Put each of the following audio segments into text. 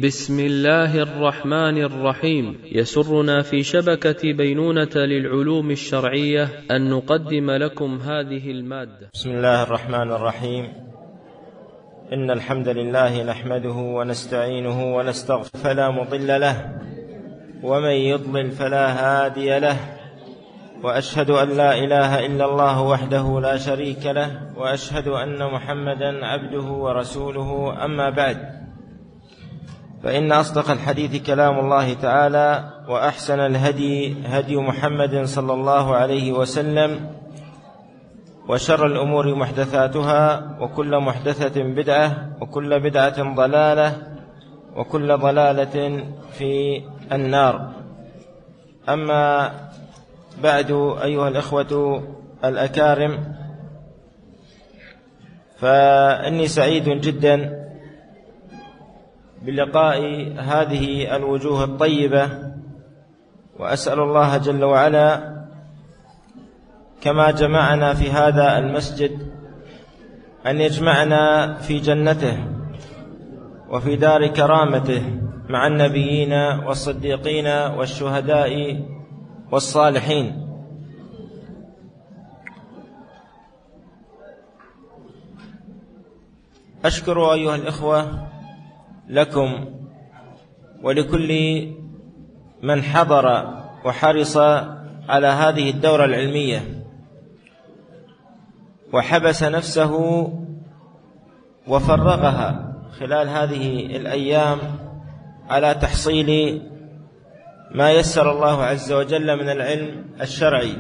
بسم الله الرحمن الرحيم. يسرنا في شبكة بينونة للعلوم الشرعية أن نقدم لكم هذه المادة. بسم الله الرحمن الرحيم. إن الحمد لله نحمده ونستعينه ونستغفره فلا مضل له، ومن يضلل فلا هادي له، وأشهد أن لا إله إلا الله وحده لا شريك له، وأشهد أن محمدا عبده ورسوله. أما بعد، فإن أصدق الحديث كلام الله تعالى، وأحسن الهدي هدي محمد صلى الله عليه وسلم، وشر الأمور محدثاتها، وكل محدثة بدعة، وكل بدعة ضلالة، وكل ضلالة في النار. أما بعد، أيها الإخوة الأكارم، فإني سعيد جدا بلقاء هذه الوجوه الطيبة، وأسأل الله جل وعلا كما جمعنا في هذا المسجد أن يجمعنا في جنته وفي دار كرامته مع النبيين والصديقين والشهداء والصالحين. أشكر أيها الإخوة لكم ولكل من حضر وحرص على هذه الدورة العلمية، وحبس نفسه وفرغها خلال هذه الأيام على تحصيل ما يسر الله عز وجل من العلم الشرعي.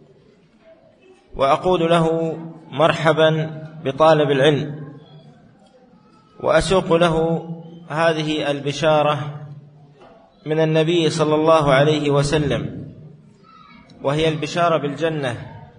وأقول له مرحبا بطالب العلم، وأسوق له هذه البشارة من النبي صلى الله عليه وسلم، وهي البشارة بالجنة.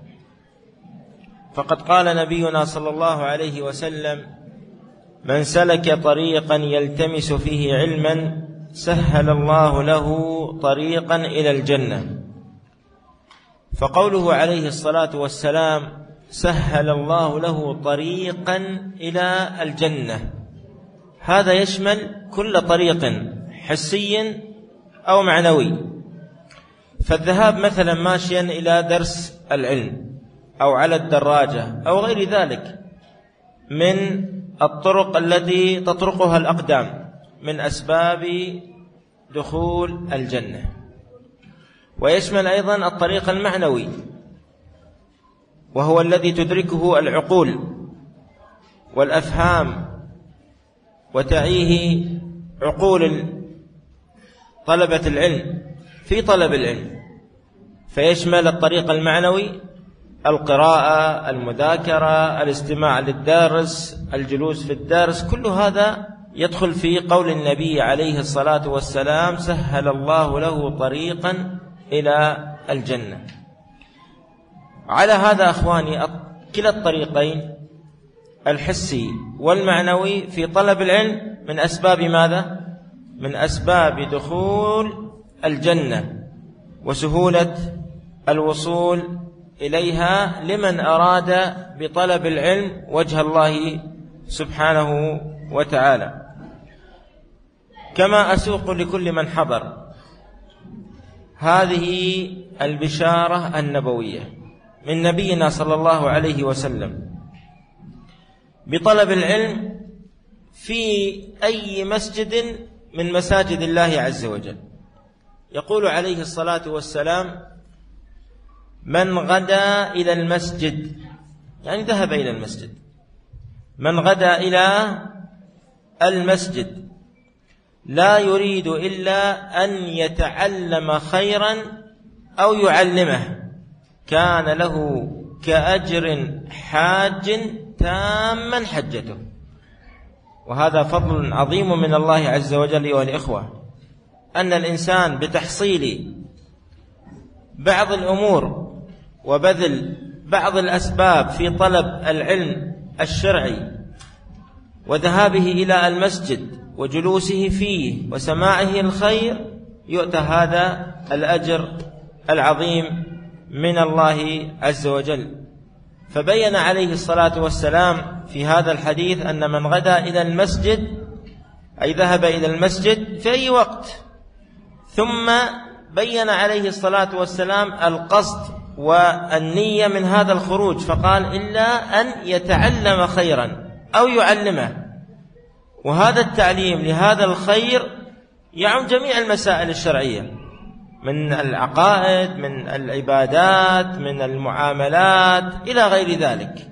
فقد قال نبينا صلى الله عليه وسلم: من سلك طريقا يلتمس فيه علما سهل الله له طريقا إلى الجنة. فقوله عليه الصلاة والسلام سهل الله له طريقا إلى الجنة، هذا يشمل كل طريق حسي أو معنوي. فالذهاب مثلا ماشيا إلى درس العلم، أو على الدراجة، أو غير ذلك من الطرق التي تطرقها الأقدام من أسباب دخول الجنة. ويشمل أيضا الطريق المعنوي، وهو الذي تدركه العقول والأفهام وتعيه عقول طلبة العلم في طلب العلم. فيشمل الطريق المعنوي: القراءة، المذاكرة، الاستماع للدرس، الجلوس في الدرس. كل هذا يدخل في قول النبي عليه الصلاة والسلام سهل الله له طريقا إلى الجنة. على هذا أخواني، كلا الطريقين الحسي والمعنوي في طلب العلم من أسباب ماذا؟ من أسباب دخول الجنة وسهولة الوصول إليها لمن أراد بطلب العلم وجه الله سبحانه وتعالى. كما أسوق لكل من حضر هذه البشارة النبوية من نبينا صلى الله عليه وسلم بطلب العلم في أي مسجد من مساجد الله عز وجل. يقول عليه الصلاة والسلام: من غدا إلى المسجد، يعني ذهب إلى المسجد، من غدا إلى المسجد لا يريد إلا أن يتعلم خيرا أو يعلمه كان له كأجر حاج تاما حجته. وهذا فضل عظيم من الله عز وجل أيها الإخوة، أن الإنسان بتحصيل بعض الأمور وبذل بعض الأسباب في طلب العلم الشرعي وذهابه إلى المسجد وجلوسه فيه وسماعه الخير، يؤتى هذا الأجر العظيم من الله عز وجل. فبين عليه الصلاة والسلام في هذا الحديث أن من غدا إلى المسجد أي ذهب إلى المسجد في أي وقت. ثم بين عليه الصلاة والسلام القصد والنية من هذا الخروج، فقال إلا أن يتعلم خيرا أو يعلمه. وهذا التعليم لهذا الخير يعم جميع المسائل الشرعية، من العقائد، من العبادات، من المعاملات إلى غير ذلك.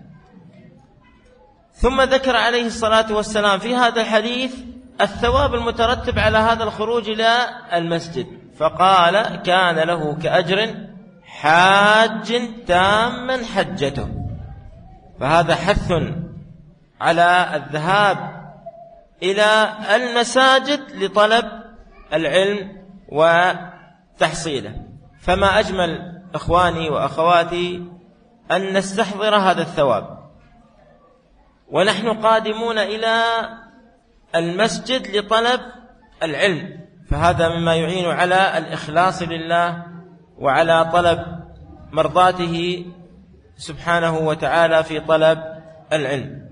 ثم ذكر عليه الصلاة والسلام في هذا الحديث الثواب المترتب على هذا الخروج إلى المسجد، فقال كان له كأجر حاج تاما حجته. فهذا حث على الذهاب إلى المساجد لطلب العلم وتحصيله. فما أجمل إخواني وأخواتي أن نستحضر هذا الثواب، ونحن قادمون إلى المسجد لطلب العلم، فهذا مما يعين على الإخلاص لله وعلى طلب مرضاته سبحانه وتعالى في طلب العلم.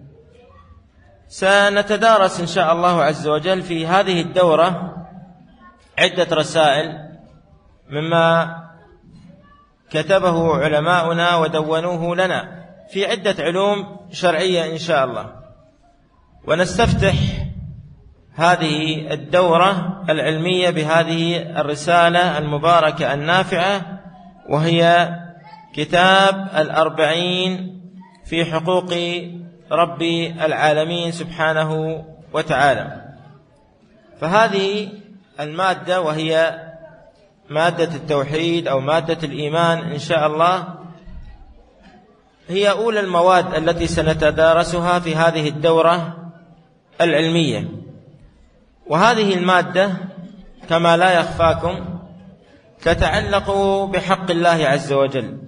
سنتدارس إن شاء الله عز وجل في هذه الدورة عدة رسائل مما كتبه علماؤنا ودونوه لنا في عدة علوم شرعية إن شاء الله. ونستفتح هذه الدورة العلمية بهذه الرسالة المباركة النافعة، وهي كتاب 40 في حقوق رب العالمين سبحانه وتعالى. فهذه المادة وهي مادة التوحيد أو مادة الإيمان إن شاء الله هي أولى المواد التي سنتدارسها في هذه الدورة العلمية. وهذه المادة كما لا يخفاكم تتعلق بحق الله عز وجل،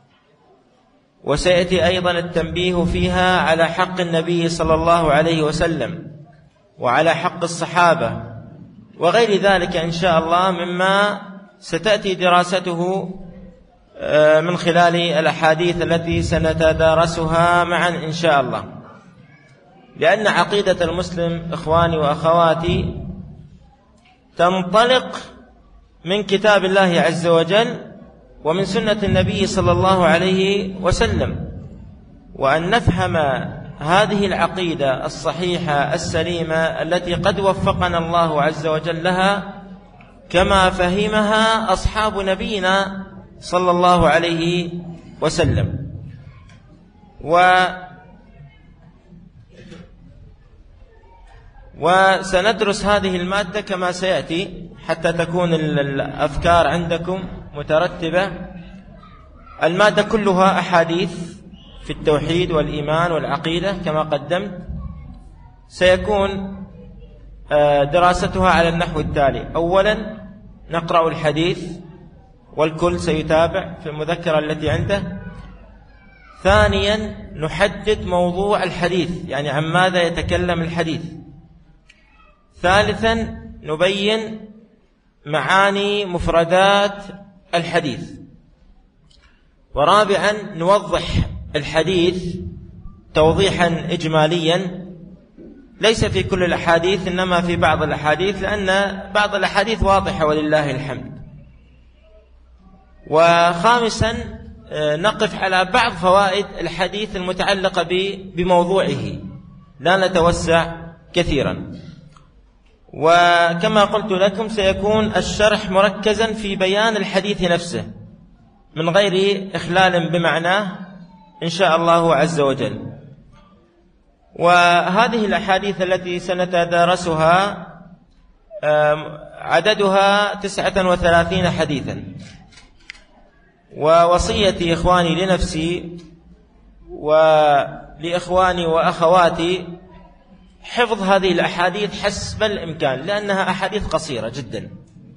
وسيأتي أيضا التنبيه فيها على حق النبي صلى الله عليه وسلم وعلى حق الصحابة وغير ذلك إن شاء الله مما ستأتي دراسته من خلال الأحاديث التي سنتدارسها معا إن شاء الله. لأن عقيدة المسلم إخواني وأخواتي تنطلق من كتاب الله عز وجل ومن سنة النبي صلى الله عليه وسلم، وأن نفهم هذه العقيدة الصحيحة السليمة التي قد وفقنا الله عز وجل لها كما فهمها أصحاب نبينا صلى الله عليه وسلم. وسندرس هذه المادة كما سيأتي حتى تكون الأفكار عندكم مترتبة. المادة كلها أحاديث في التوحيد والإيمان والعقيدة كما قدمت. سيكون دراستها على النحو التالي: أولا نقرأ الحديث والكل سيتابع في المذكرة التي عنده. ثانيا نحدد موضوع الحديث، يعني عن ماذا يتكلم الحديث. ثالثا نبين معاني مفردات الحديث. ورابعا نوضح الحديث توضيحا إجماليا، ليس في كل الأحاديث إنما في بعض الأحاديث، لأن بعض الأحاديث واضحة ولله الحمد. وخامسا نقف على بعض فوائد الحديث المتعلقة بموضوعه، لا نتوسع كثيرا. وكما قلت لكم سيكون الشرح مركزا في بيان الحديث نفسه من غير إخلال بمعناه إن شاء الله عز وجل. وهذه الأحاديث التي سنتدارسها عددها 39 حديثا. ووصيتي إخواني لنفسي ولإخواني وأخواتي حفظ هذه الأحاديث حسب الإمكان، لأنها أحاديث قصيرة جدا،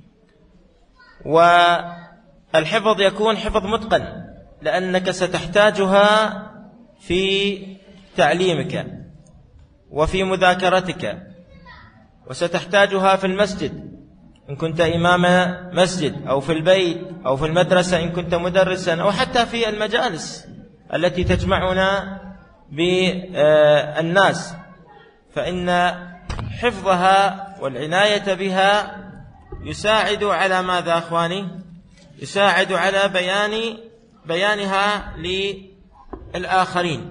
والحفظ يكون حفظ متقن، لأنك ستحتاجها في تعليمك وفي مذاكرتك، وستحتاجها في المسجد إن كنت إمام مسجد، أو في البيت، أو في المدرسة إن كنت مدرسا، أو حتى في المجالس التي تجمعنا بالناس، فإن حفظها والعناية بها يساعد على ماذا أخواني؟ يساعد على بيانها للآخرين.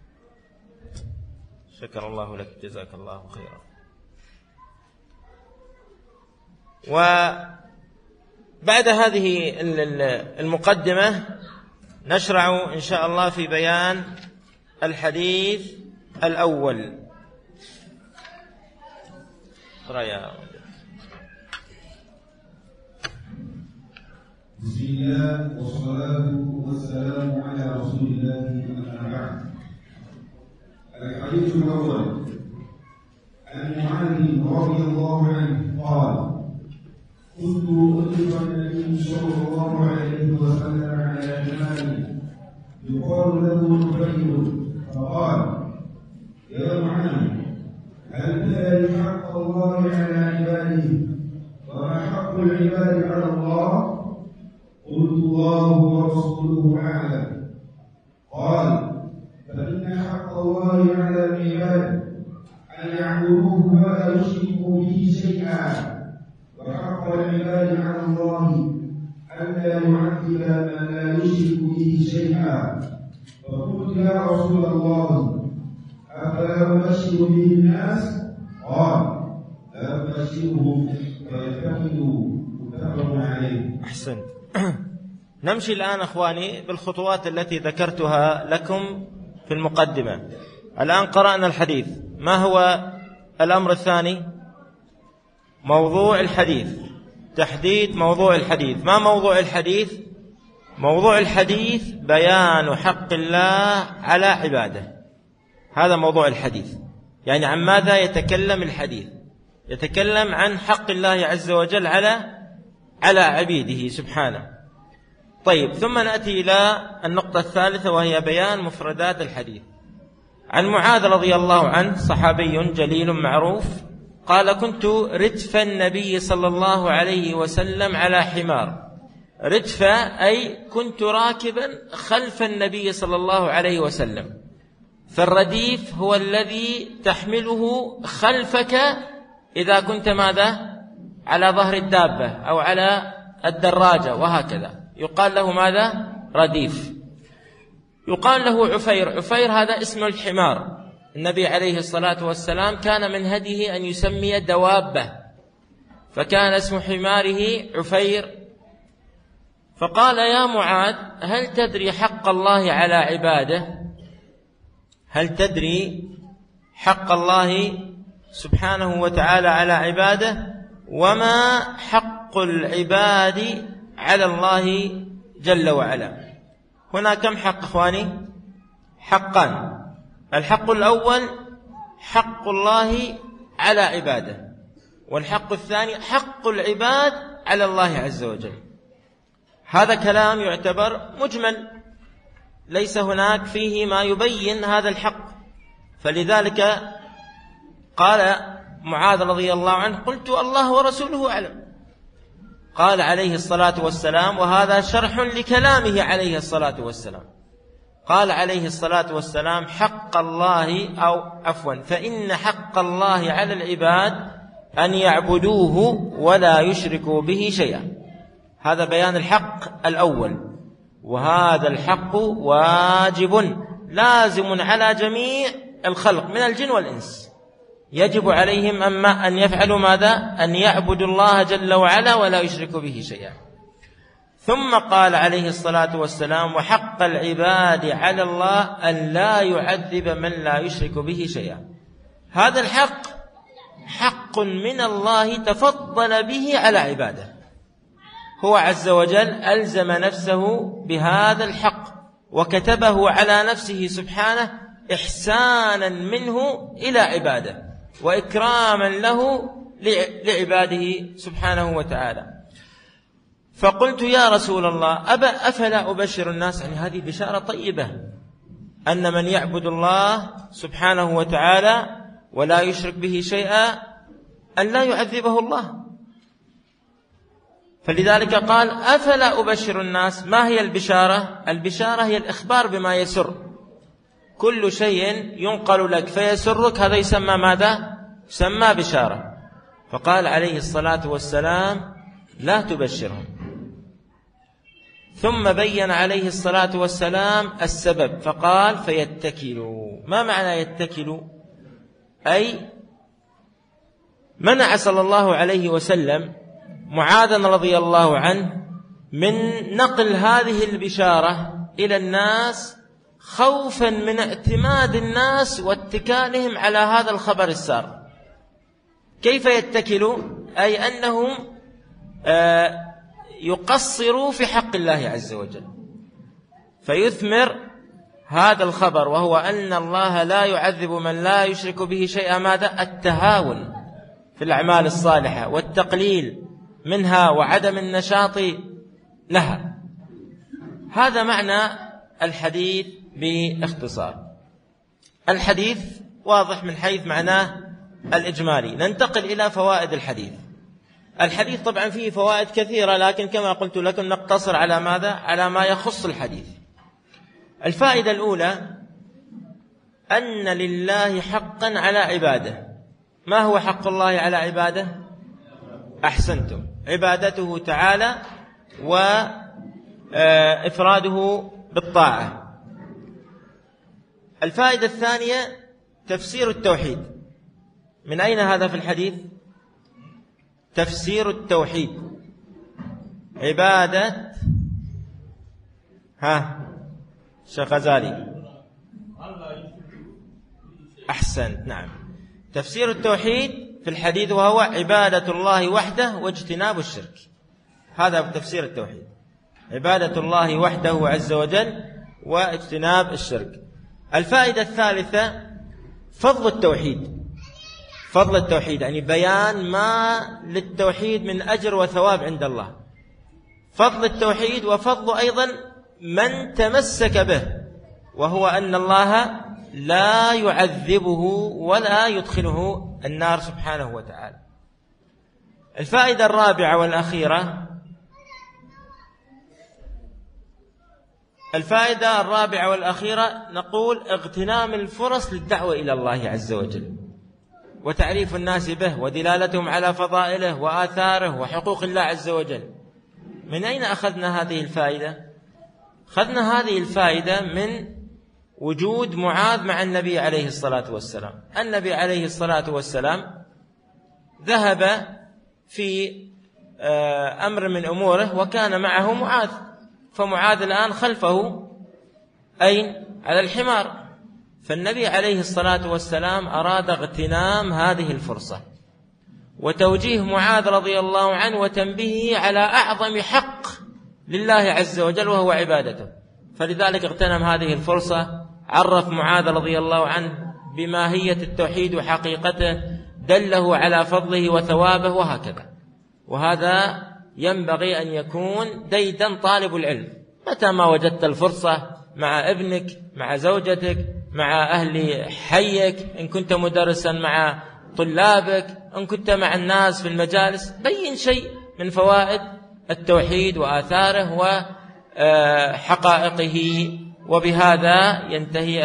شكر الله لك، جزاك الله خيرا. وبعد هذه المقدمة نشرع إن شاء الله في بيان الحديث الأول. بسم الله والصلاة والسلام على رسول الله أما بعد. الحديث الأول عن معاذ رضي الله عنه قال: كنت أطلق النبي صلى الله عليه وسلم على حمار يقال له نفيل، فقال: يا معاذ، هل تدري حق الله على عباده وما حق العباد على الله؟ قلت: الله ورسوله أعلم. قال: فإن حق الله على العباد أن يعبدوه ولا يشركوا به شيئا، وحق العباد على الله أن لا يعذب من لا يشرك به شيئا. فقلت: يا رسول الله، أفلا أبشر به الناس؟ قال: لا تبشرهم فيتخذوا. متفق عليه. أحسنت. نمشي الآن أخواني بالخطوات التي ذكرتها لكم في المقدمة. الآن قرأنا الحديث. ما هو الأمر الثاني؟ موضوع الحديث، تحديد موضوع الحديث. ما موضوع الحديث؟ موضوع الحديث بيان حق الله على عباده. هذا موضوع الحديث. يعني عن ماذا يتكلم الحديث؟ يتكلم عن حق الله عز وجل على عبيده سبحانه. طيب، ثم نأتي إلى النقطة الثالثة، وهي بيان مفردات الحديث. عن معاذ رضي الله عنه، صحابي جليل معروف، قال: كنت ردف النبي صلى الله عليه وسلم على حمار. ردف أي كنت راكبا خلف النبي صلى الله عليه وسلم. فالرديف هو الذي تحمله خلفك إذا كنت ماذا؟ على ظهر الدابة أو على الدراجة، وهكذا يقال له ماذا؟ رديف. يقال له عفير. عفير هذا اسم الحمار. النبي عليه الصلاة والسلام كان من هديه أن يسمي دوابة، فكان اسم حماره عفير. فقال: يا معاذ، هل تدري حق الله على عباده؟ هل تدري حق الله سبحانه وتعالى على عباده؟ وما حق العباد على الله جل وعلا؟ هنا كم حق أخواني؟ حقان. الحق الأول حق الله على عباده، والحق الثاني حق العباد على الله عز وجل. هذا كلام يعتبر مجمل، ليس هناك فيه ما يبين هذا الحق. فلذلك قال معاذ رضي الله عنه: قلت: الله ورسوله أعلم. قال عليه الصلاة والسلام، وهذا شرح لكلامه عليه الصلاة والسلام، قال عليه الصلاة والسلام: حق الله، أو عفوا، فإن حق الله على العباد أن يعبدوه ولا يشركوا به شيئا. هذا بيان الحق الأول، وهذا الحق واجب لازم على جميع الخلق من الجن والإنس. يجب عليهم أما أن يفعلوا ماذا؟ أن يعبدوا الله جل وعلا ولا يشركوا به شيئا. ثم قال عليه الصلاة والسلام: وحق العباد على الله أن لا يعذب من لا يشرك به شيئا. هذا الحق حق من الله تفضل به على عباده. هو عز وجل ألزم نفسه بهذا الحق، وكتبه على نفسه سبحانه إحسانا منه إلى عباده، وإكراما له لعباده سبحانه وتعالى. فقلت: يا رسول الله، أفلا أبشر الناس؟ يعني هذه بشارة طيبة، أن من يعبد الله سبحانه وتعالى ولا يشرك به شيئا أن لا يعذبه الله. فلذلك قال: أفلا أبشر الناس. ما هي البشارة؟ البشارة هي الإخبار بما يسر. كل شيء ينقل لك فيسرك هذا يسمى ماذا؟ يسمى بشارة. فقال عليه الصلاة والسلام لا تبشرهم. ثم بين عليه الصلاة والسلام السبب فقال فيتكلوا. ما معنى يتكلوا؟ أي منع صلى الله عليه وسلم معاذ رضي الله عنه من نقل هذه البشارة إلى الناس خوفا من اعتماد الناس واتكالهم على هذا الخبر السار. كيف يتكلوا؟ أي أنهم يقصروا في حق الله عز وجل، فيثمر هذا الخبر وهو أن الله لا يعذب من لا يشرك به شيئا. ماذا؟ التهاون في الأعمال الصالحة والتقليل منها وعدم النشاط لها. هذا معنى الحديث باختصار. الحديث واضح من حيث معناه الإجمالي. ننتقل إلى فوائد الحديث. الحديث طبعا فيه فوائد كثيرة، لكن كما قلت لكم نقتصر على ماذا؟ على ما يخص الحديث. الفائدة الأولى أن لله حقا على عباده. ما هو حق الله على عباده؟ أحسنتم، عبادته تعالى وإفراده بالطاعة. الفائدة الثانية تفسير التوحيد. من أين هذا في الحديث؟ تفسير التوحيد، عبادة شيخ غزالي أحسنت، نعم، تفسير التوحيد في الحديث وهو عبادة الله وحده واجتناب الشرك. هذا تفسير التوحيد، عبادة الله وحده عز وجل واجتناب الشرك. الفائدة الثالثة فضل التوحيد. فضل التوحيد يعني بيان ما للتوحيد من أجر وثواب عند الله. فضل التوحيد وفضل أيضا من تمسك به، وهو أن الله لا يعذبه ولا يدخله النار سبحانه وتعالى. الفائدة الرابعة والأخيرة، نقول اغتنام الفرص للدعوة إلى الله عز وجل وتعريف الناس به ودلالتهم على فضائله وآثاره وحقوق الله عز وجل. من أين أخذنا هذه الفائدة؟ أخذنا هذه الفائدة من وجود معاذ مع النبي عليه الصلاة والسلام. النبي عليه الصلاة والسلام ذهب في أمر من أموره وكان معه معاذ، فمعاذ الآن خلفه أين؟ على الحمار. فالنبي عليه الصلاة والسلام أراد اغتنام هذه الفرصة وتوجيه معاذ رضي الله عنه وتنبيهه على أعظم حق لله عز وجل وهو عبادته. فلذلك اغتنم هذه الفرصة، عرف معاذ رضي الله عنه بماهية التوحيد وحقيقته، دله على فضله وثوابه وهكذا. وهذا ينبغي أن يكون ديدا طالب العلم. متى ما وجدت الفرصة مع ابنك، مع زوجتك، مع أهل حيك، إن كنت مدرسا مع طلابك، إن كنت مع الناس في المجالس، بين شيء من فوائد التوحيد وآثاره وحقائقه. وبهذا ينتهي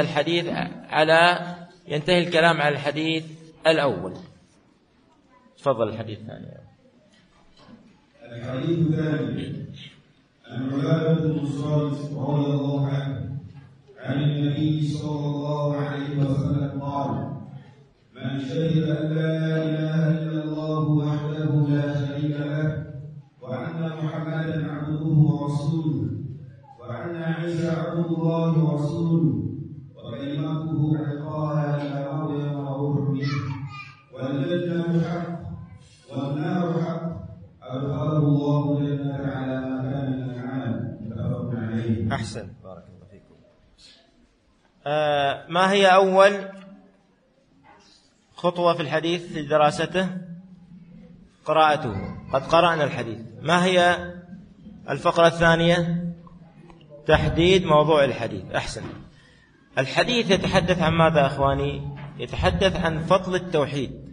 الكلام على الحديث الأول. تفضل الحديث الثاني. الحديث الثاني عن عبادة بن الصامت رضي الله عنه عن النبي صلى الله عليه وسلم قال: من شهد أن لا إله إلا الله وحده لا شريك له وأن محمدا عبده ورسوله وأن عيسى عبد الله ورسوله وكلمته ألقاها إلى مريم وروح منه والجنة حق والنار حق أدخله الله الجنة على ما كان من العمل. متفق عليه. أحسن، بارك الله فيكم. ما هي أول خطوة في الحديث في دراسته؟ قراءته. قد قرأنا الحديث. ما هي الفقرة الثانية؟ تحديد موضوع الحديث. أحسن. الحديث يتحدث عن ماذا أخواني؟ يتحدث عن فضل التوحيد،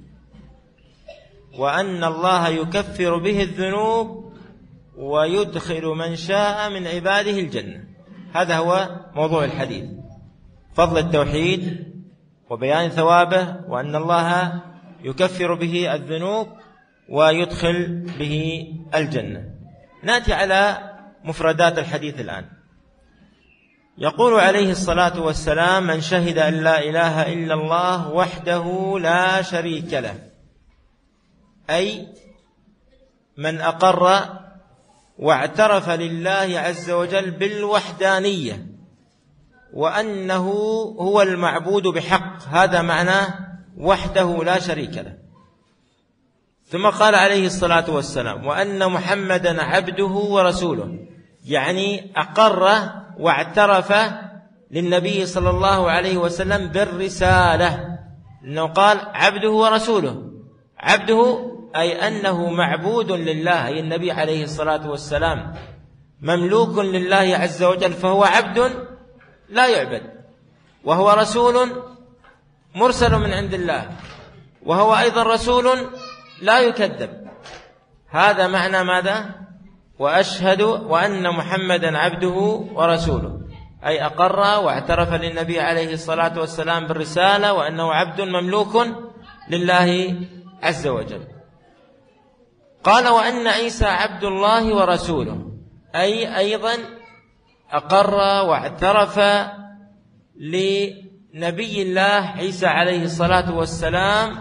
وأن الله يكفر به الذنوب ويدخل من شاء من عباده الجنة. هذا هو موضوع الحديث، فضل التوحيد وبيان ثوابه، وأن الله يكفر به الذنوب ويدخل به الجنة. نأتي على مفردات الحديث الآن. يقول عليه الصلاة والسلام: من شهد أن لا إله إلا الله وحده لا شريك له، أي من أقر واعترف لله عز وجل بالوحدانية وأنه هو المعبود بحق، هذا معناه وحده لا شريك له. ثم قال عليه الصلاة والسلام: وأن محمدا عبده ورسوله، يعني أقر واعترف للنبي صلى الله عليه وسلم بالرسالة، إنه قال عبده ورسوله. عبده أي أنه معبود لله، أي النبي عليه الصلاة والسلام مملوك لله عز وجل، فهو عبد لا يعبد، وهو رسول مرسل من عند الله، وهو أيضا رسول لا يكذب. هذا معنى ماذا؟ وأشهد وأن محمدا عبده ورسوله، أي أقر واعترف للنبي عليه الصلاة والسلام بالرسالة وأنه عبد مملوك لله عز وجل. قال: وأن عيسى عبد الله ورسوله، أي أيضا أقر واعترف لنبي الله عيسى عليه الصلاة والسلام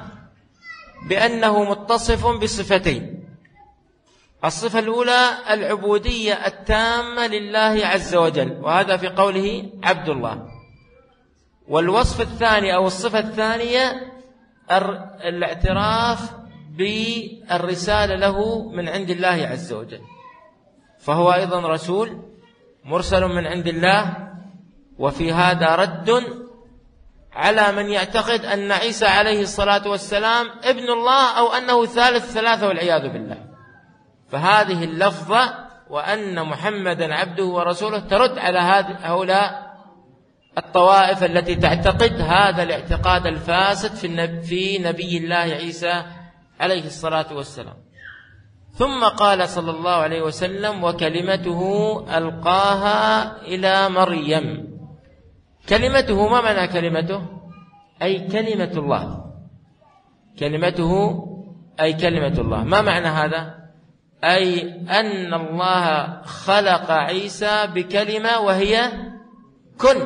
بأنه متصف بصفتين: الصفة الأولى العبودية التامة لله عز وجل، وهذا في قوله عبد الله. والوصف الثاني أو الصفة الثانية الاعتراف بالرسالة له من عند الله عز وجل، فهو أيضا رسول مرسل من عند الله. وفي هذا رد على من يعتقد أن عيسى عليه الصلاة والسلام ابن الله أو أنه ثالث ثلاثة والعياذ بالله. فهذه اللفظة وأن محمدا عبده ورسوله ترد على هؤلاء الطوائف التي تعتقد هذا الاعتقاد الفاسد في نبي الله عيسى عليه الصلاة والسلام. ثم قال صلى الله عليه وسلم: وكلمته ألقاها إلى مريم. كلمته، ما معنى كلمته؟ أي كلمة الله. كلمته أي كلمة الله. ما معنى هذا؟ أي أن الله خلق عيسى بكلمة وهي كن.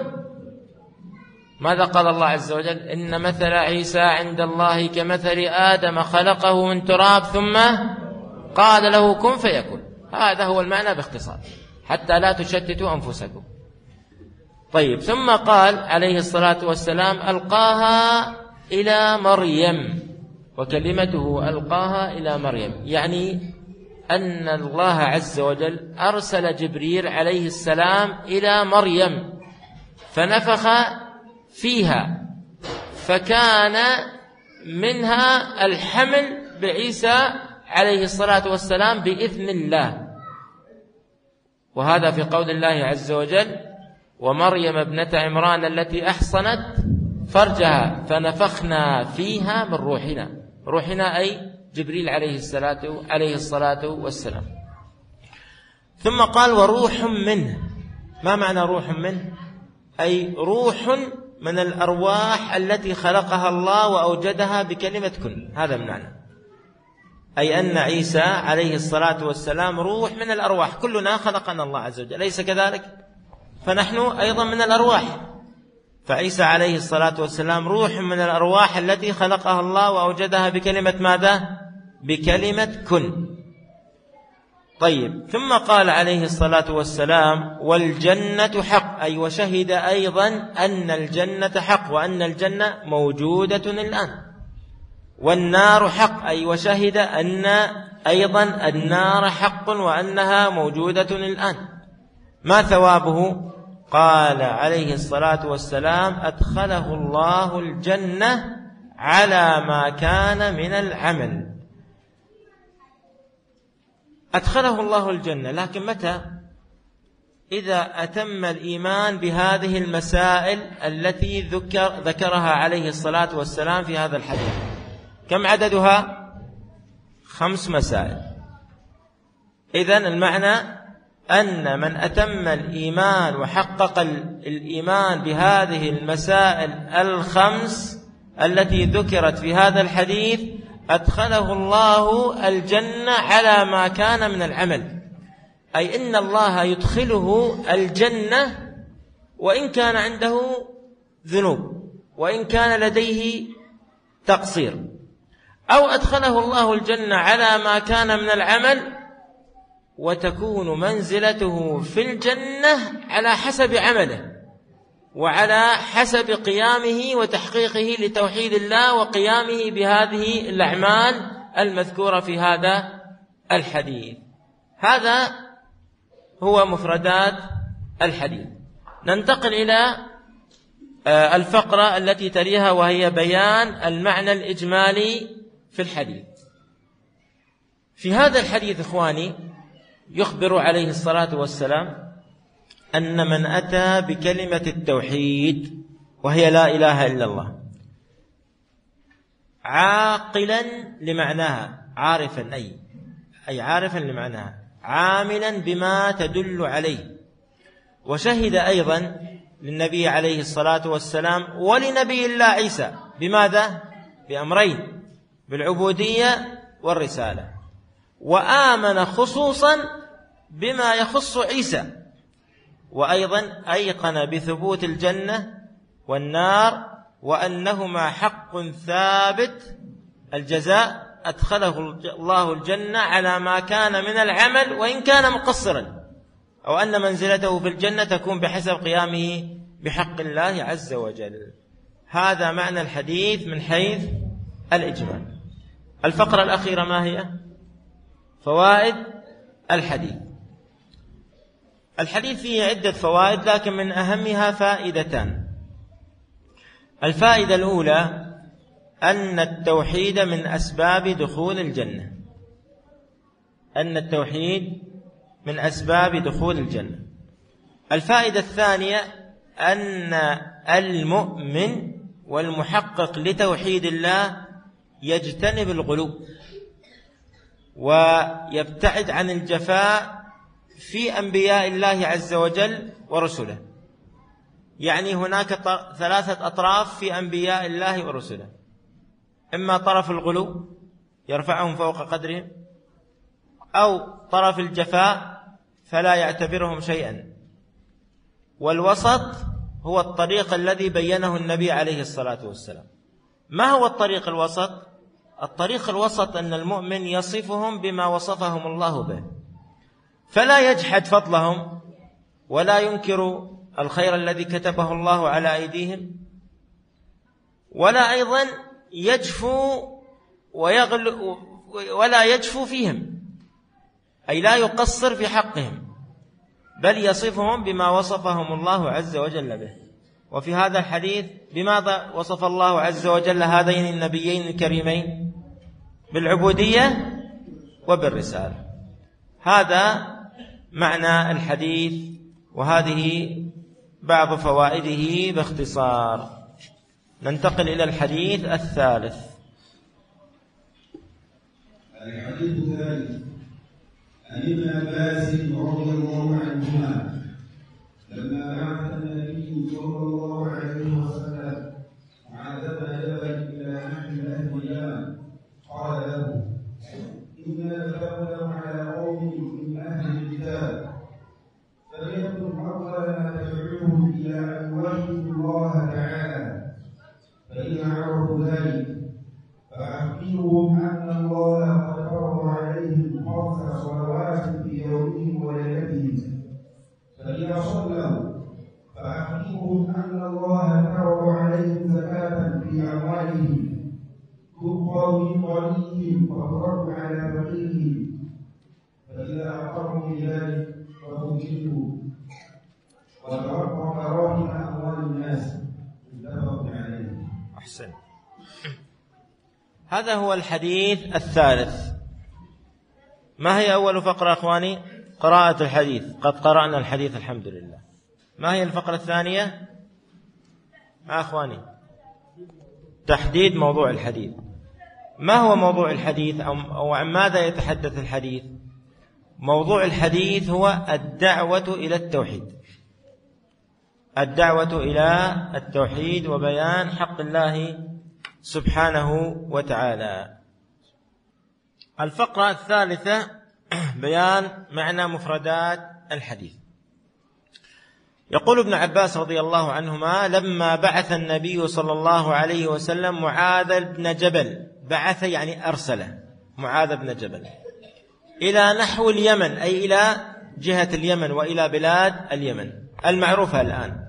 ماذا قال الله عز وجل؟ إن مثل عيسى عند الله كمثل آدم خلقه من تراب ثم قال له كن فيكون. هذا هو المعنى باختصار، حتى لا تشتتوا أنفسكم. طيب، ثم قال عليه الصلاة والسلام: ألقاها إلى مريم. وكلمته ألقاها إلى مريم، يعني أن الله عز وجل أرسل جبريل عليه السلام إلى مريم فنفخ فيها، فكان منها الحمل بعيسى عليه الصلاة والسلام بإذن الله. وهذا في قول الله عز وجل: ومريم ابنة عمران التي أحصنت فرجها فنفخنا فيها من روحنا. روحنا أي جبريل عليه الصلاة والسلام. ثم قال: وروح منه. ما معنى روح منه؟ أي روح من الأرواح التي خلقها الله وأوجدها بكلمة كن. هذا المعنى، أي أن عيسى عليه الصلاة والسلام روح من الأرواح. كلنا خلقنا الله عز وجل، ليس كذلك؟ فنحن أيضا من الأرواح. فعيسى عليه الصلاة والسلام روح من الأرواح التي خلقها الله وأوجدها بكلمة ماذا؟ بكلمة كن. طيب، ثم قال عليه الصلاة والسلام: والجنة حق، أي وشهد أيضا أن الجنة حق وأن الجنة موجودة الآن. والنار حق، أي وشهد أن أيضا النار حق وأنها موجودة الآن. ما ثوابه؟ قال عليه الصلاة والسلام: أدخله الله الجنة على ما كان من العمل. أدخله الله الجنة، لكن متى؟ إذا أتم الإيمان بهذه المسائل التي ذكرها عليه الصلاة والسلام في هذا الحديث. كم عددها؟ 5 مسائل. إذن المعنى أن من أتم الإيمان وحقق الإيمان بهذه المسائل 5 التي ذكرت في هذا الحديث، أدخله الله الجنة على ما كان من العمل، أي إن الله يدخله الجنة وإن كان عنده ذنوب وإن كان لديه تقصير، أو أدخله الله الجنة على ما كان من العمل وتكون منزلته في الجنة على حسب عمله وعلى حسب قيامه وتحقيقه لتوحيد الله وقيامه بهذه الأعمال المذكورة في هذا الحديث. هذا هو مفردات الحديث. ننتقل إلى الفقرة التي تليها وهي بيان المعنى الإجمالي في الحديث. في هذا الحديث إخواني يخبر عليه الصلاة والسلام أن من أتى بكلمة التوحيد وهي لا إله إلا الله عاقلا لمعناها، عارفا أي عارفا لمعناها، عاملا بما تدل عليه، وشهد أيضا للنبي عليه الصلاة والسلام ولنبي الله عيسى بماذا؟ بأمرين، بالعبودية والرسالة، وآمن خصوصا بما يخص عيسى، وأيضا أيقن بثبوت الجنة والنار وأنهما حق ثابت، الجزاء أدخله الله الجنة على ما كان من العمل وإن كان مقصرا، أو أن منزلته في الجنة تكون بحسب قيامه بحق الله عز وجل. هذا معنى الحديث من حيث الإجمال. الفقرة الأخيرة ما هي؟ فوائد الحديث. الحديث فيه عدة فوائد لكن من أهمها فائدتان. الفائدة الأولى أن التوحيد من أسباب دخول الجنة، أن التوحيد من أسباب دخول الجنة. الفائدة الثانية أن المؤمن والمحقق لتوحيد الله يجتنب الغلو ويبتعد عن الجفاء في أنبياء الله عز وجل ورسله. يعني هناك ثلاثة أطراف في أنبياء الله ورسله، إما طرف الغلو يرفعهم فوق قدرهم، أو طرف الجفاء فلا يعتبرهم شيئا، والوسط هو الطريق الذي بينه النبي عليه الصلاة والسلام. ما هو الطريق الوسط؟ الطريق الوسط أن المؤمن يصفهم بما وصفهم الله به، فلا يجحد فضلهم ولا ينكر الخير الذي كتبه الله على أيديهم، ولا أيضا يجفو ولا يجفو فيهم، أي لا يقصر في حقهم، بل يصفهم بما وصفهم الله عز وجل به. وفي هذا الحديث بماذا وصف الله عز وجل هذين النبيين الكريمين؟ بالعبودية وبالرسالة. هذا معنى الحديث، وهذه بعض فوائده باختصار. ننتقل إلى الحديث الثالث. الحديث الثالث عن ابن عباس رضي الله عنهما لما بعث النبي صلى الله عليه وسلم معاذ جبل إلى نحو أهل اليمن قال له: إنا نتقدم على قوم من أهل الكتاب، فليكن أول ما تدعوهم إلى أن يوحدوا الله تعالى، فإن عرفوا ذلك فأخبرهم أن الله قد فرض عليهم 5 صلوات في يومهم وليلتهم، فإذا صلوا فأخبرهم أن الله فرض عليهم زكاة في أموالهم تؤخذ من غنيهم وترد على فقيرهم، فإذا أقروا بذلك فأوجبوا وتوقع كراهن أموال الناس. متفق عليه. أحسن. هذا هو الحديث الثالث. ما هي أول فقرة أخواني؟ قراءة الحديث. قد قرأنا الحديث الحمد لله. ما هي الفقرة الثانية أخواني؟ تحديد موضوع الحديث. ما هو موضوع الحديث أو عن ماذا يتحدث الحديث؟ موضوع الحديث هو الدعوة إلى التوحيد، الدعوة إلى التوحيد وبيان حق الله سبحانه وتعالى. الفقرة الثالثة بيان معنى مفردات الحديث. يقول ابن عباس رضي الله عنهما: لما بعث النبي صلى الله عليه وسلم معاذ بن جبل، بعث يعني أرسله معاذ بن جبل إلى نحو اليمن، أي إلى جهة اليمن وإلى بلاد اليمن المعروفة الآن،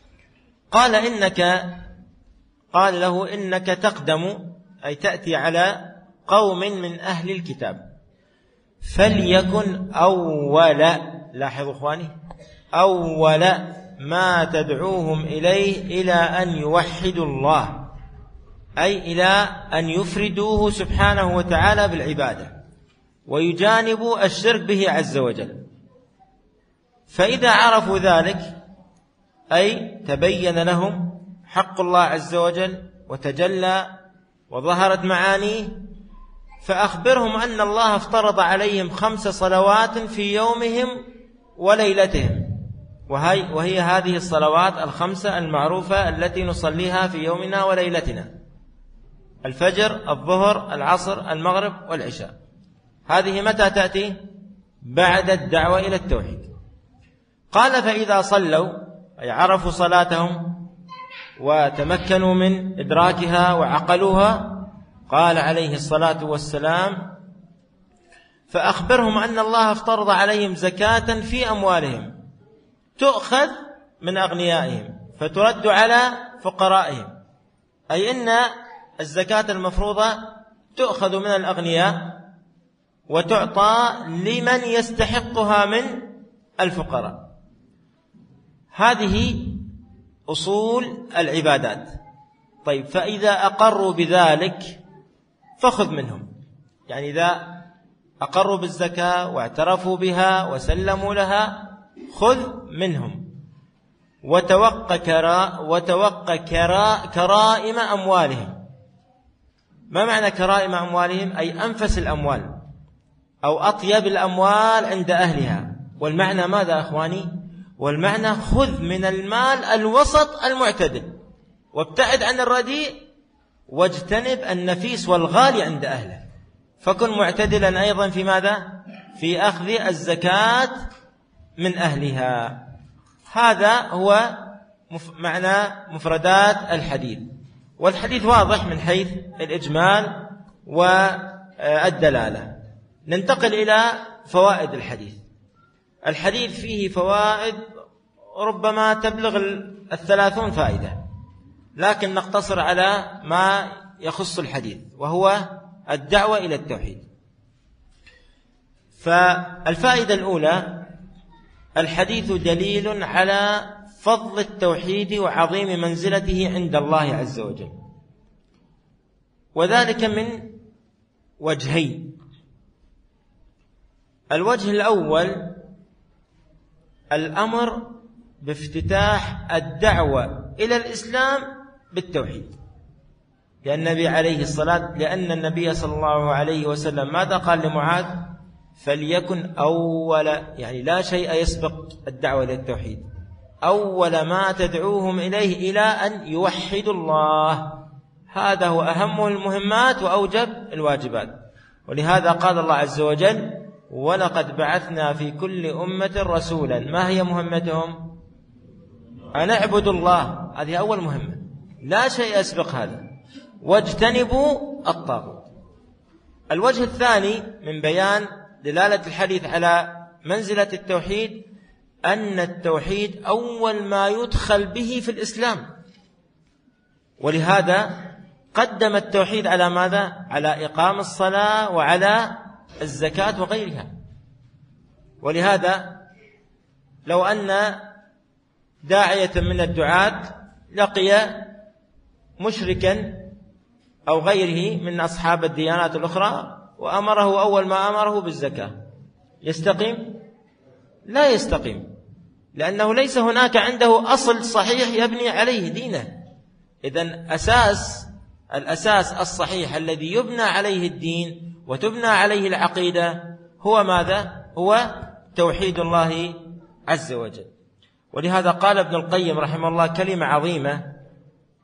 قال له: إنك تقدم، أي تأتي على قوم من أهل الكتاب، فليكن لاحظوا إخواني، أول ما تدعوهم إليه إلى أن يوحدوا الله، أي إلى أن يفردوه سبحانه وتعالى بالعبادة ويجانبوا الشرك به عز وجل. فإذا عرفوا ذلك، أي تبين لهم حق الله عز وجل وتجلى وظهرت معانيه، فأخبرهم أن الله افترض عليهم 5 صلوات في يومهم وليلتهم، وهي هذه الصلوات 5 المعروفة التي نصليها في يومنا وليلتنا: الفجر، الظهر، العصر، المغرب والعشاء. هذه متى تأتي؟ بعد الدعوة إلى التوحيد. قال: فإذا صلوا، أي عرفوا صلاتهم وتمكنوا من إدراكها وعقلوها، قال عليه الصلاة والسلام: فأخبرهم أن الله افترض عليهم زكاة في أموالهم تؤخذ من أغنيائهم فترد على فقرائهم، أي إن الزكاة المفروضة تؤخذ من الأغنياء وتعطى لمن يستحقها من الفقراء. هذه أصول العبادات. طيب، فإذا أقروا بذلك فخذ منهم، يعني إذا أقروا بالزكاة واعترفوا بها وسلموا لها، خذ منهم وتوقى كرائم أموالهم. ما معنى كرائم أموالهم؟ أي أنفس الأموال أو أطيب الأموال عند أهلها. والمعنى ماذا أخواني؟ والمعنى خذ من المال الوسط المعتدل، وابتعد عن الرديء، واجتنب النفيس والغالي عند أهله، فكن معتدلا أيضا في ماذا؟ في أخذ الزكاة من أهلها. هذا هو معنى مفردات الحديث. والحديث واضح من حيث الإجمال والدلالة. ننتقل إلى فوائد الحديث. الحديث فيه فوائد ربما تبلغ 30 فائدة، لكن نقتصر على ما يخص الحديث، وهو الدعوة إلى التوحيد. فالفائدة الأولى: الحديث دليل على فضل التوحيد وعظيم منزلته عند الله عز وجل، وذلك من وجهين. الوجه الأول: الأمر بافتتاح الدعوة إلى الإسلام بالتوحيد، لأن النبي صلى الله عليه وسلم ماذا قال لمعاذ؟ فليكن أول، يعني لا شيء يسبق الدعوة إلى التوحيد، أول ما تدعوهم إليه إلى أن يوحدوا الله. هذا هو أهم المهمات وأوجب الواجبات. ولهذا قال الله عز وجل: ولقد بعثنا في كل أمة رسولا. ما هي مهمتهم؟ أن اعبدوا الله، هذه أول مهمة، لا شيء يسبق هذا، واجتنبوا الطاغوت. الوجه الثاني من بيان دلالة الحديث على منزلة التوحيد: أن التوحيد أول ما يدخل به في الإسلام، ولهذا قدم التوحيد على ماذا؟ على إقام الصلاة وعلى الزكاة وغيرها. ولهذا لو أن داعية من الدعاة لقي مشركا أو غيره من أصحاب الديانات الأخرى وأمره أول ما أمره بالزكاة، يستقيم؟ لا يستقيم، لأنه ليس هناك عنده أصل صحيح يبني عليه دينه. إذن الأساس الصحيح الذي يبنى عليه الدين وتبنى عليه العقيدة هو ماذا؟ هو توحيد الله عز وجل. ولهذا قال ابن القيم رحمه الله كلمة عظيمة،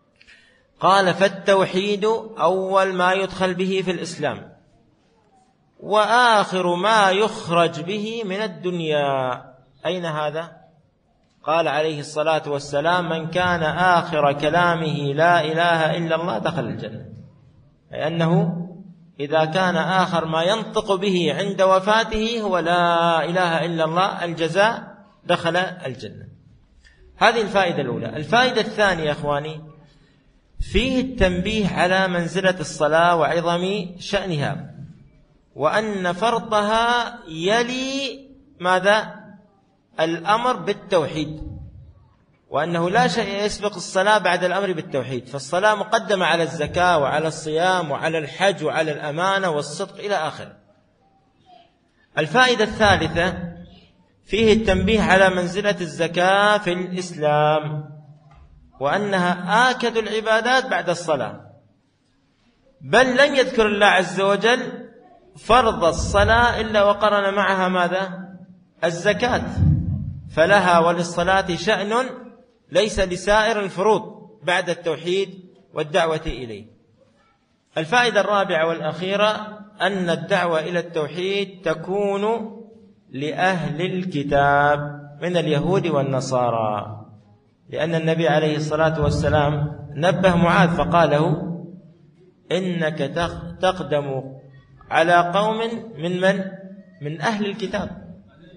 قال: فالتوحيد أول ما يدخل به في الإسلام، وآخر ما يخرج به من الدنيا. أين هذا؟ قال عليه الصلاة والسلام: من كان آخر كلامه لا إله إلا الله دخل الجنة. أي أنه إذا كان آخر ما ينطق به عند وفاته هو لا إله إلا الله الجزاء دخل الجنة. هذه الفائدة الأولى. الفائدة الثانية يا أخواني، فيه التنبيه على منزلة الصلاة وعظم شأنها، وأن فرضها يلي ماذا؟ الأمر بالتوحيد، وأنه لا شيء يسبق الصلاة بعد الأمر بالتوحيد، فالصلاة مقدمة على الزكاة وعلى الصيام وعلى الحج وعلى الأمانة والصدق إلى آخره. الفائدة الثالثة، فيه التنبيه على منزلة الزكاة في الإسلام، وأنها آكد العبادات بعد الصلاة، بل لن يذكر الله عز وجل فرض الصلاة إلا وقرن معها ماذا؟ الزكاة، فلها وللصلاة شأن ليس لسائر الفروض بعد التوحيد والدعوة إليه. الفائدة الرابعة والأخيرة، أن الدعوة إلى التوحيد تكون لأهل الكتاب من اليهود والنصارى، لأن النبي عليه الصلاة والسلام نبه معاذ فقال له: إنك تقدم على قوم من أهل الكتاب.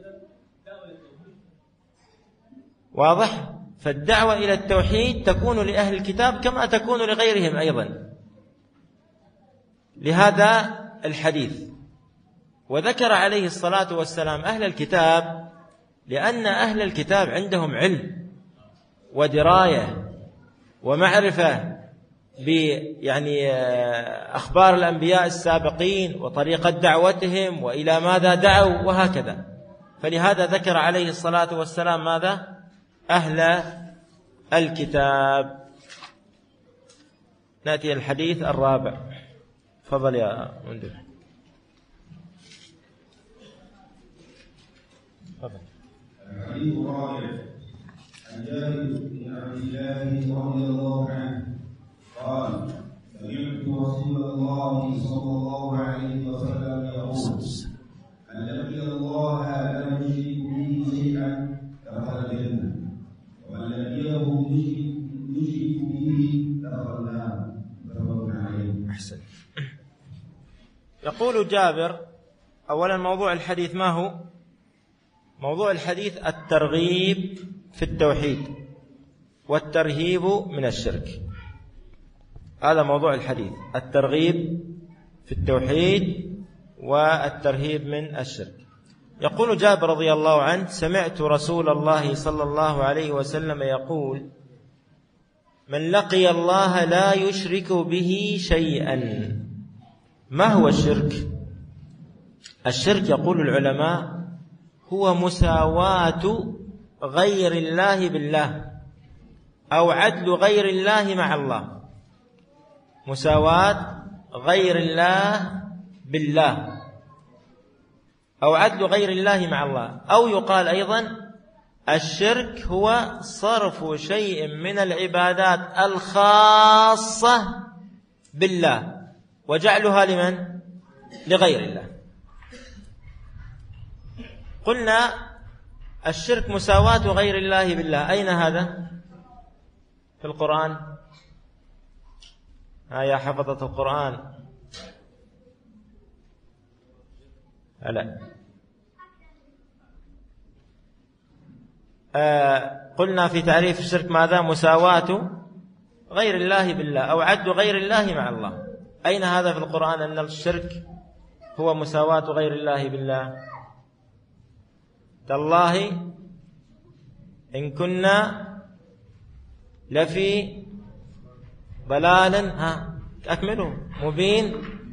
واضح؟ فالدعوة إلى التوحيد تكون لأهل الكتاب كما تكون لغيرهم أيضا. لهذا الحديث، وذكر عليه الصلاة والسلام أهل الكتاب لأن أهل الكتاب عندهم علم ودراية ومعرفة أخبار الأنبياء السابقين وطريقة دعوتهم وإلى ماذا دعوا وهكذا، فلهذا ذكر عليه الصلاة والسلام ماذا؟ أهل الكتاب. نأتي الحديث الرابع. تفضل يا مندوب. الحديث الرابع عن جابر بن عبد الله رضي الله عنه قال: سمعت رسول الله صلى الله عليه وسلم يقول: من لقي الله لا يشرك به شيئا دخل الجنة، ومن لقيه يشرك به دخل النار. متفق عليه. أحسن. يقول جابر: أولا موضوع الحديث ما هو؟ موضوع الحديث الترغيب في التوحيد والترهيب من الشرك. هذا موضوع الحديث، الترغيب في التوحيد والترهيب من الشرك. يقول جابر رضي الله عنه: سمعت رسول الله صلى الله عليه وسلم يقول: من لقي الله لا يشرك به شيئا. ما هو الشرك؟ الشرك يقول العلماء هو مساواة غير الله بالله، أو عدل غير الله مع الله. مساواة غير الله بالله أو عدل غير الله مع الله. أو يقال أيضا الشرك هو صرف شيء من العبادات الخاصة بالله وجعلها لمن؟ لغير الله. قلنا الشرك مساواة غير الله بالله. أين هذا؟ في القرآن. يا حفظة القرآن. لا. قلنا في تعريف الشرك ماذا؟ مساواة غير الله بالله أو عد غير الله مع الله. أين هذا في القرآن أن الشرك هو مساواة غير الله بالله؟ تالله إن كنا لفي ضلال أكملوا مبين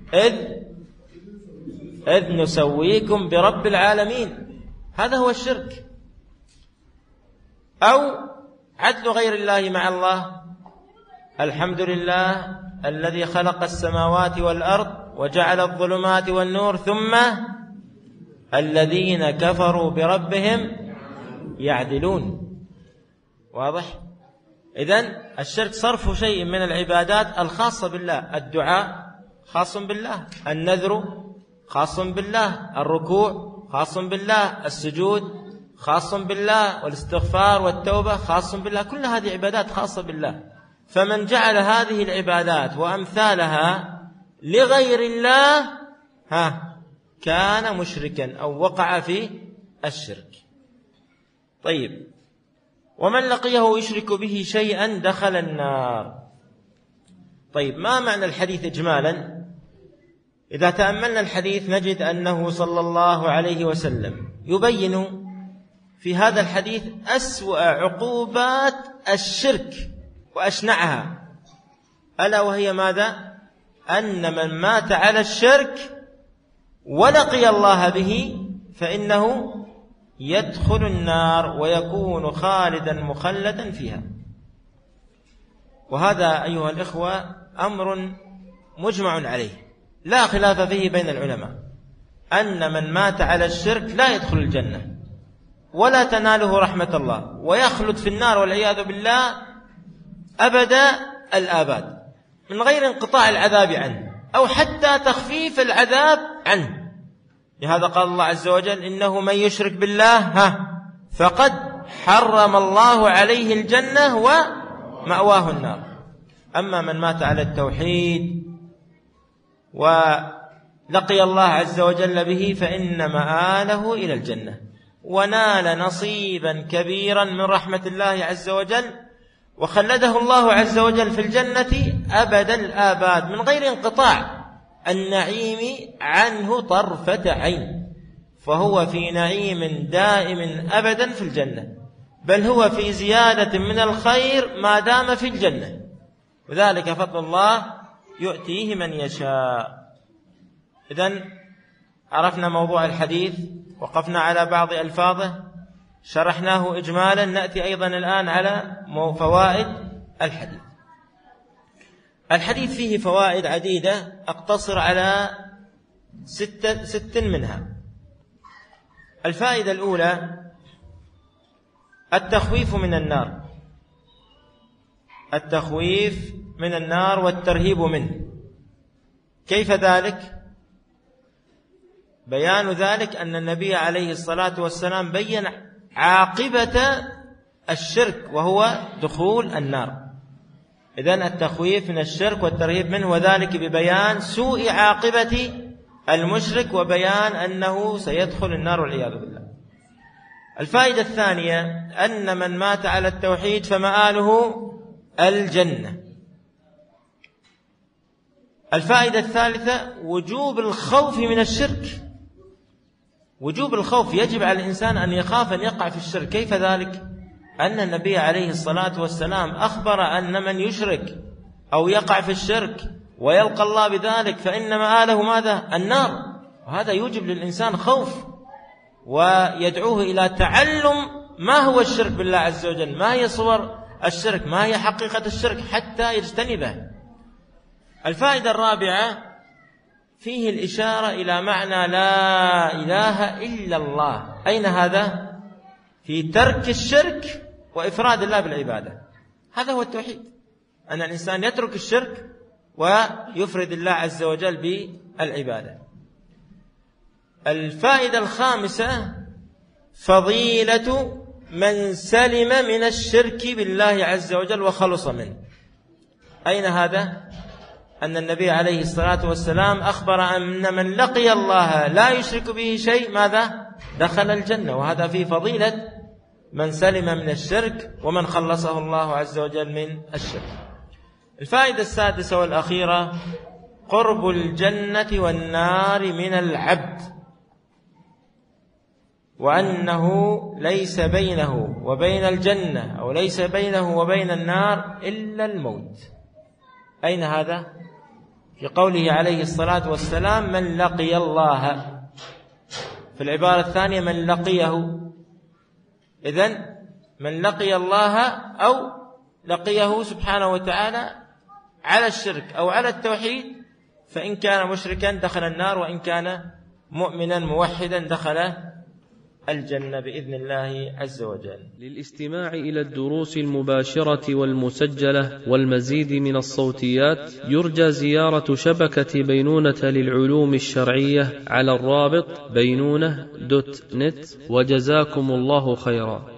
إذ نسويكم برب العالمين. هذا هو الشرك. أو عدل غير الله مع الله. الحمد لله الذي خلق السماوات والأرض وجعل الظلمات والنور ثم الذين كفروا بربهم يعدلون. واضح؟ إذن الشرك صرف شيء من العبادات الخاصة بالله. الدعاء خاص بالله، النذر خاص بالله، الركوع خاص بالله، السجود خاص بالله، والاستغفار والتوبة خاص بالله، كل هذه عبادات خاصة بالله. فمن جعل هذه العبادات وأمثالها لغير الله كان مشركا أو وقع في الشرك. طيب، ومن لقيه يشرك به شيئا دخل النار. طيب، ما معنى الحديث إجمالا؟ إذا تأملنا الحديث نجد أنه صلى الله عليه وسلم يبين في هذا الحديث أسوأ عقوبات الشرك وأشنعها، ألا وهي ماذا؟ أن من مات على الشرك ولقي الله به فإنه يدخل النار ويكون خالدا مخلدا فيها. وهذا أيها الإخوة أمر مجمع عليه لا خلاف فيه بين العلماء، أن من مات على الشرك لا يدخل الجنة ولا تناله رحمة الله، ويخلد في النار والعياذ بالله أبد الآباد من غير انقطاع العذاب عنه أو حتى تخفيف العذاب عنه. لهذا قال الله عز وجل: إنه من يشرك بالله فقد حرم الله عليه الجنة ومأواه النار. أما من مات على التوحيد ولقي الله عز وجل به فإن مآله إلى الجنة، ونال نصيبا كبيرا من رحمة الله عز وجل، وخلده الله عز وجل في الجنة أبد الآباد من غير انقطاع النعيم عنه طرفة عين، فهو في نعيم دائم أبدا في الجنة، بل هو في زيادة من الخير ما دام في الجنة، وذلك فضل الله يؤتيه من يشاء. إذن عرفنا موضوع الحديث، وقفنا على بعض ألفاظه، شرحناه إجمالا. نأتي أيضا الآن على فوائد الحديث. الحديث فيه فوائد عديدة، أقتصر على ست منها. الفائدة الأولى التخويف من النار، التخويف من النار والترهيب منه. كيف ذلك؟ بيان ذلك أن النبي عليه الصلاة والسلام بيّن عاقبة الشرك وهو دخول النار. إذن التخويف من الشرك والترهيب منه، وذلك ببيان سوء عاقبة المشرك وبيان أنه سيدخل النار والعياذ بالله. الفائدة الثانية أن من مات على التوحيد فمآله الجنة. الفائدة الثالثة وجوب الخوف من الشرك، وجوب الخوف، يجب على الإنسان أن يخاف أن يقع في الشرك. كيف ذلك؟ أن النبي عليه الصلاة والسلام أخبر أن من يشرك أو يقع في الشرك ويلقى الله بذلك فإن مآله ماذا؟ النار. وهذا يوجب للإنسان خوف ويدعوه إلى تعلم ما هو الشرك بالله عز وجل، ما هي صور الشرك، ما هي حقيقة الشرك حتى يجتنبه. الفائدة الرابعة فيه الإشارة إلى معنى لا إله إلا الله. أين هذا؟ في ترك الشرك وإفراد الله بالعبادة. هذا هو التوحيد، أن الإنسان يترك الشرك ويفرد الله عز وجل بالعبادة. الفائدة الخامسة فضيلة من سلم من الشرك بالله عز وجل وخلص منه. أين هذا؟ أن النبي عليه الصلاة والسلام أخبر أن من لقي الله لا يشرك به شيء ماذا؟ دخل الجنة، وهذا فيه فضيلة من سلم من الشرك ومن خلصه الله عز وجل من الشرك. الفائدة السادسة والأخيرة قرب الجنة والنار من العبد، وأنه ليس بينه وبين الجنة أو ليس بينه وبين النار إلا الموت. أين هذا؟ في قوله عليه الصلاة والسلام من لقي الله، في العبارة الثانية من لقيه. إذن من لقي الله أو لقيه سبحانه وتعالى على الشرك أو على التوحيد، فإن كان مشركا دخل النار، وإن كان مؤمنا موحدا دخل الجنة بإذن الله عز وجل. للاستماع إلى الدروس المباشرة والمسجلة والمزيد من الصوتيات يرجى زيارة شبكة بينونة للعلوم الشرعية على الرابط بينونة.net. وجزاكم الله خيرا.